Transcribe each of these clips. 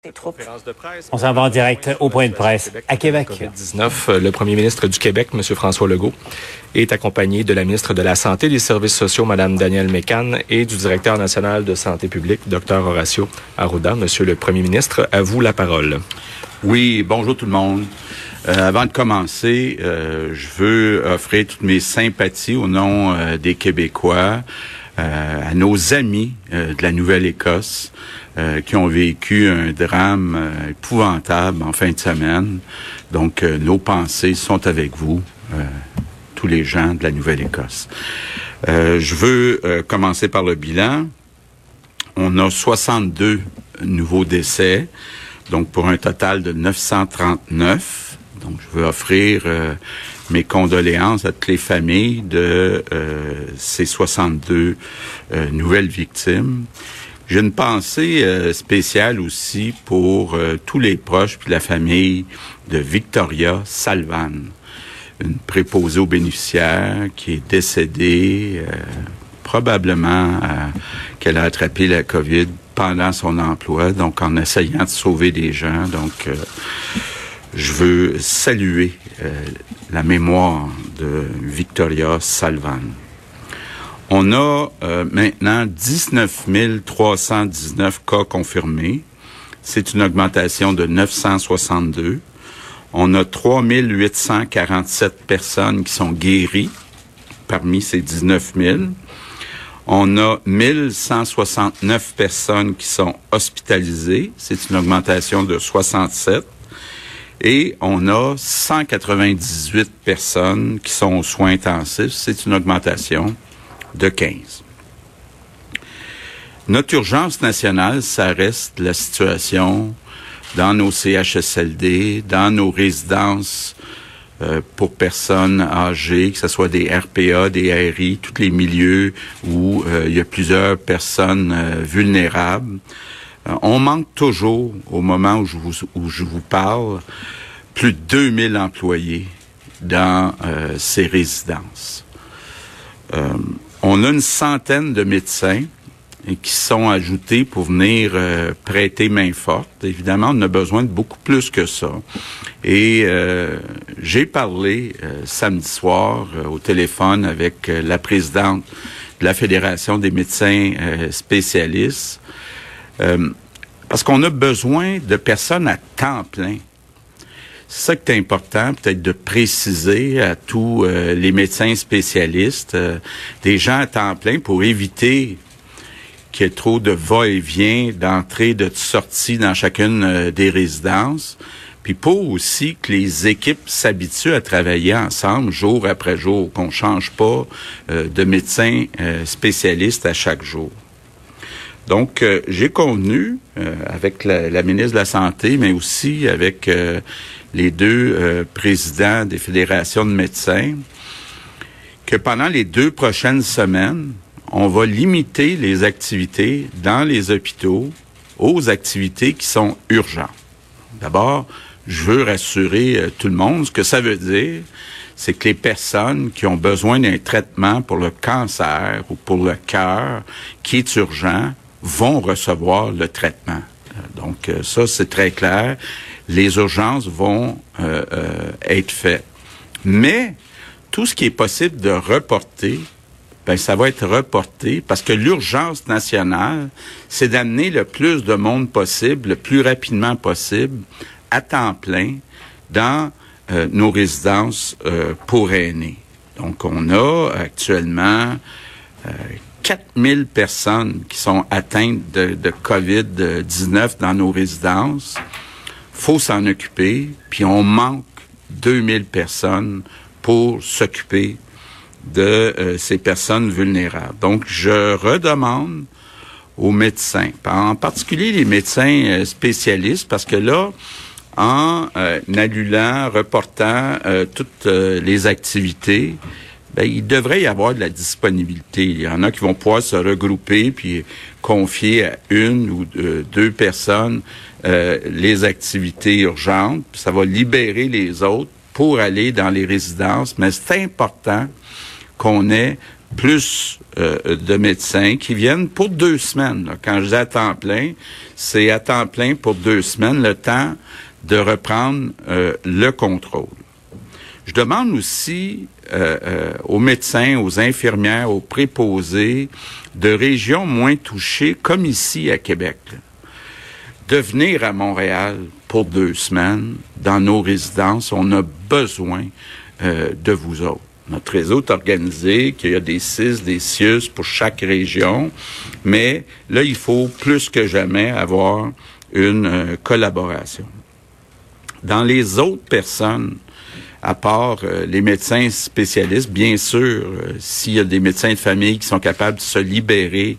Conférence de presse. On s'en va en direct au point de presse à Québec. COVID-19, le premier ministre du Québec, M. François Legault, est accompagné de la ministre de la Santé et des Services sociaux, Mme Danielle Mécan, et du directeur national de santé publique, Dr Horacio Arruda. Monsieur le premier ministre, à vous la parole. Oui, bonjour tout le monde. Avant de commencer, je veux offrir toutes mes sympathies au nom des Québécois à nos amis de la Nouvelle-Écosse qui ont vécu un drame épouvantable en fin de semaine. Donc, nos pensées sont avec vous, tous les gens de la Nouvelle-Écosse. Je veux commencer par le bilan. On a 62 nouveaux décès, donc pour un total de 939. Donc, je veux offrir mes condoléances à toutes les familles de ces 62 nouvelles victimes. J'ai une pensée spéciale aussi pour tous les proches puis la famille de Victoria Salvan, une préposée aux bénéficiaires qui est décédée probablement qu'elle a attrapé la COVID pendant son emploi, donc en essayant de sauver des gens. Donc, je veux saluer la mémoire de Victoria Salvan. On a maintenant 19 319 cas confirmés. C'est une augmentation de 962. On a 3 847 personnes qui sont guéries parmi ces 19 000. On a 1169 personnes qui sont hospitalisées. C'est une augmentation de 67. Et on a 198 personnes qui sont aux soins intensifs. C'est une augmentation de 15. Notre urgence nationale, ça reste la situation dans nos CHSLD, dans nos résidences pour personnes âgées, que ce soit des RPA, des ARI, tous les milieux où il y a plusieurs personnes vulnérables. On manque toujours, au moment où je vous parle, plus de 2000 employés dans ces résidences. On a une centaine de médecins qui sont ajoutés pour venir prêter main forte. Évidemment, on a besoin de beaucoup plus que ça. Et j'ai parlé samedi soir au téléphone avec la présidente de la Fédération des médecins spécialistes. Parce qu'on a besoin de personnes à temps plein. C'est ça qui est important, peut-être de préciser à tous les médecins spécialistes, des gens à temps plein pour éviter qu'il y ait trop de va-et-vient, d'entrée, de sortie dans chacune des résidences. Puis pour aussi que les équipes s'habituent à travailler ensemble jour après jour, qu'on change pas de médecins spécialistes à chaque jour. Donc, j'ai convenu avec la ministre de la Santé, mais aussi avec les deux présidents des fédérations de médecins, que pendant les 2 prochaines semaines, on va limiter les activités dans les hôpitaux aux activités qui sont urgentes. D'abord, je veux rassurer tout le monde. Ce que ça veut dire, c'est que les personnes qui ont besoin d'un traitement pour le cancer ou pour le cœur qui est urgent vont recevoir le traitement. Donc, ça, c'est très clair. Les urgences vont être faites. Mais tout ce qui est possible de reporter, ben ça va être reporté parce que l'urgence nationale, c'est d'amener le plus de monde possible, le plus rapidement possible, à temps plein, dans nos résidences pour aînés. Donc, on a actuellement 4000 personnes qui sont atteintes de COVID-19 dans nos résidences. Faut s'en occuper, puis on manque 2000 personnes pour s'occuper de ces personnes vulnérables. Donc, je redemande aux médecins, en particulier les médecins spécialistes, parce que là, en annulant, reportant toutes les activités, ben, il devrait y avoir de la disponibilité. Il y en a qui vont pouvoir se regrouper puis confier à 1 ou 2 personnes les activités urgentes. Puis ça va libérer les autres pour aller dans les résidences. Mais c'est important qu'on ait plus de médecins qui viennent pour 2 semaines. Là. Quand je dis à temps plein, c'est à temps plein pour 2 semaines, le temps de reprendre le contrôle. Je demande aussi aux médecins, aux infirmières, aux préposés de régions moins touchées, comme ici à Québec, là, de venir à Montréal pour 2 semaines dans nos résidences. On a besoin de vous autres. Notre réseau est organisé, qu'il y a des CIS, des CIUS pour chaque région, mais là, il faut plus que jamais avoir une collaboration. Dans les autres personnes, à part les médecins spécialistes, bien sûr, s'il y a des médecins de famille qui sont capables de se libérer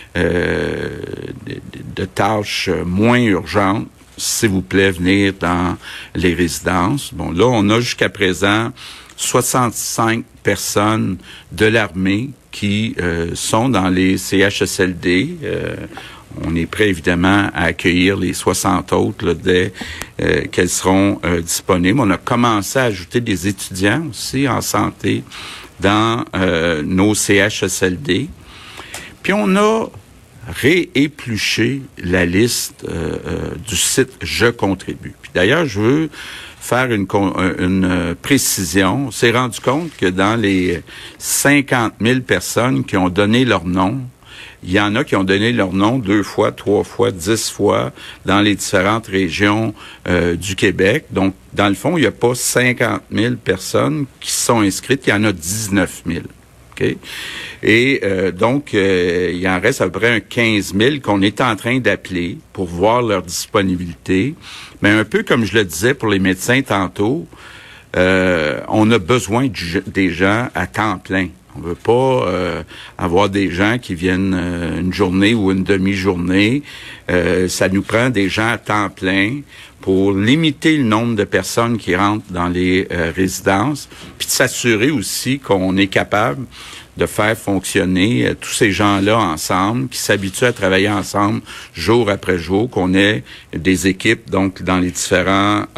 de tâches moins urgentes, s'il vous plaît, venir dans les résidences. Bon, là, on a jusqu'à présent 65 personnes de l'armée qui sont dans les CHSLD. On est prêt, évidemment, à accueillir les 60 autres là, dès qu'elles seront disponibles. On a commencé à ajouter des étudiants aussi en santé dans nos CHSLD. Puis on a réépluché la liste du site Je contribue. Puis d'ailleurs, je veux faire une précision. On s'est rendu compte que dans les 50 000 personnes qui ont donné leur nom, il y en a qui ont donné leur nom 2 fois, 3 fois, 10 fois dans les différentes régions du Québec. Donc, dans le fond, il n'y a pas 50 000 personnes qui sont inscrites. Il y en a 19 000. Okay? Et donc, il en reste à peu près un 15 000 qu'on est en train d'appeler pour voir leur disponibilité. Mais un peu comme je le disais pour les médecins tantôt, on a besoin des gens à temps plein. On veut pas avoir des gens qui viennent une journée ou une demi-journée. Ça nous prend des gens à temps plein pour limiter le nombre de personnes qui rentrent dans les résidences, puis de s'assurer aussi qu'on est capable de faire fonctionner tous ces gens-là ensemble, qui s'habituent à travailler ensemble jour après jour, qu'on ait des équipes donc dans les différentes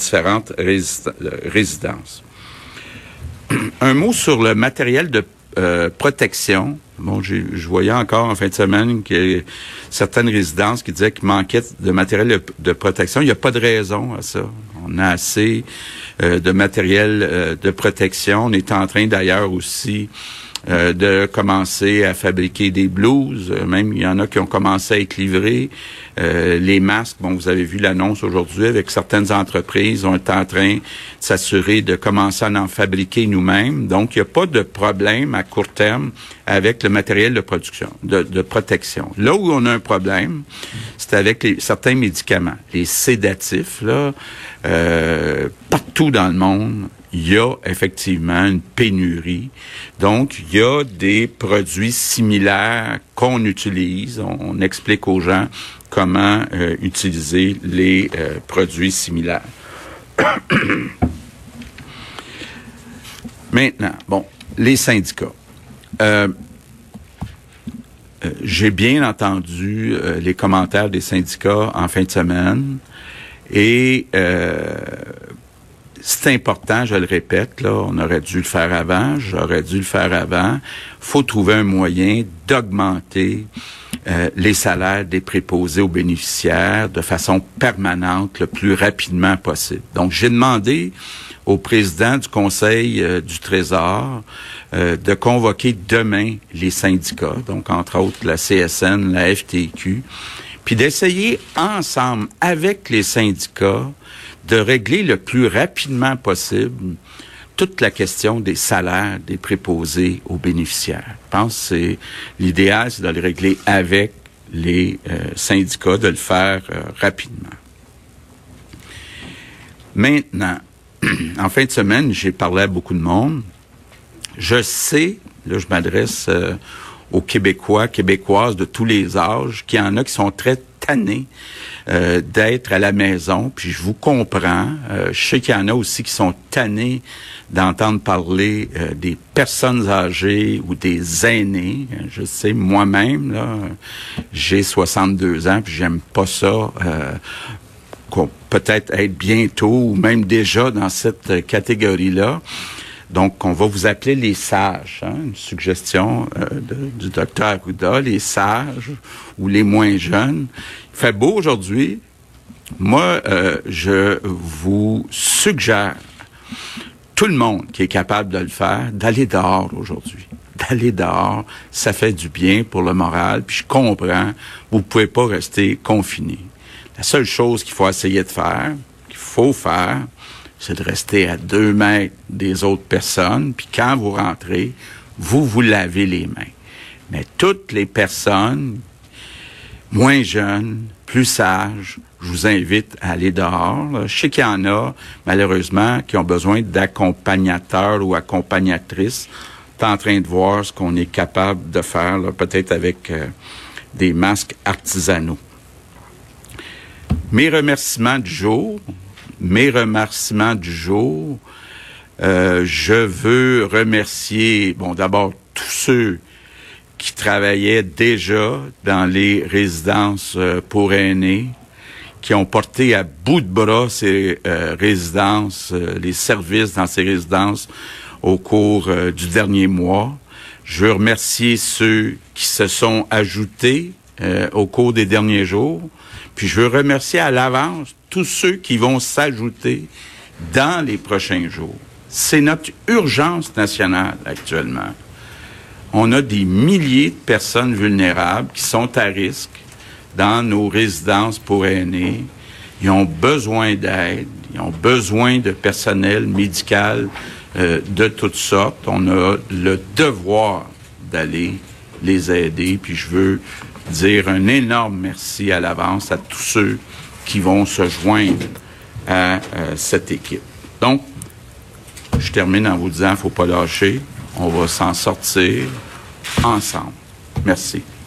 résidences. Un mot sur le matériel de protection. Bon, je voyais encore en fin de semaine qu'il y a certaines résidences qui disaient qu'il manquait de matériel de protection. Il n'y a pas de raison à ça. On a assez de matériel de protection. On est en train d'ailleurs aussi de commencer à fabriquer des blouses. Même, il y en a qui ont commencé à être livrés. Les masques, bon, vous avez vu l'annonce aujourd'hui avec certaines entreprises. On est en train de s'assurer de commencer à en fabriquer nous-mêmes. Donc, il n'y a pas de problème à court terme avec le matériel de production, de protection. Là où on a un problème, c'est avec certains médicaments. Les sédatifs, là, partout dans le monde, il y a effectivement une pénurie. Donc, il y a des produits similaires qu'on utilise. On explique aux gens comment utiliser les produits similaires. Maintenant, bon, les syndicats. J'ai bien entendu les commentaires des syndicats en fin de semaine et c'est important, je le répète, là, on aurait dû le faire avant, j'aurais dû le faire avant. Faut trouver un moyen d'augmenter les salaires des préposés aux bénéficiaires de façon permanente, le plus rapidement possible. Donc, j'ai demandé au président du Conseil du Trésor de convoquer demain les syndicats, donc entre autres la CSN, la FTQ, puis d'essayer ensemble avec les syndicats de régler le plus rapidement possible toute la question des salaires des préposés aux bénéficiaires. Je pense que c'est l'idéal, c'est de le régler avec les syndicats, de le faire rapidement. Maintenant, en fin de semaine, j'ai parlé à beaucoup de monde. Je sais, là je m'adresse aux Québécois, Québécoises de tous les âges, qu'il y en a qui sont très tannés d'être à la maison, puis je vous comprends. Je sais qu'il y en a aussi qui sont tannés d'entendre parler des personnes âgées ou des aînés. Je sais, moi-même, là, j'ai 62 ans, puis j'aime pas ça. Qu'on peut-être être bientôt ou même déjà dans cette catégorie-là. Donc, on va vous appeler les sages, hein, une suggestion du docteur Arruda, les sages ou les moins jeunes. Il fait beau aujourd'hui. Moi, je vous suggère, tout le monde qui est capable de le faire, d'aller dehors aujourd'hui. D'aller dehors, ça fait du bien pour le moral, puis je comprends, vous pouvez pas rester confiné. La seule chose qu'il faut essayer de faire, c'est de rester à 2 mètres des autres personnes, puis quand vous rentrez, vous lavez les mains. Mais toutes les personnes moins jeunes, plus sages, je vous invite à aller dehors. Là. Je sais qu'il y en a, malheureusement, qui ont besoin d'accompagnateurs ou accompagnatrices. On est en train de voir ce qu'on est capable de faire, là, peut-être avec des masques artisanaux. Mes remerciements du jour, je veux remercier, d'abord tous ceux qui travaillaient déjà dans les résidences pour aînés, qui ont porté à bout de bras ces résidences, les services dans ces résidences au cours du dernier mois. Je veux remercier ceux qui se sont ajoutés au cours des derniers jours. Puis je veux remercier à l'avance tous ceux qui vont s'ajouter dans les prochains jours. C'est notre urgence nationale actuellement. On a des milliers de personnes vulnérables qui sont à risque dans nos résidences pour aînés. Ils ont besoin d'aide, ils ont besoin de personnel médical de toutes sortes. On a le devoir d'aller les aider. Puis je veux dire un énorme merci à l'avance à tous ceux qui vont se joindre à cette équipe. Donc, je termine en vous disant, faut pas lâcher. On va s'en sortir ensemble. Merci.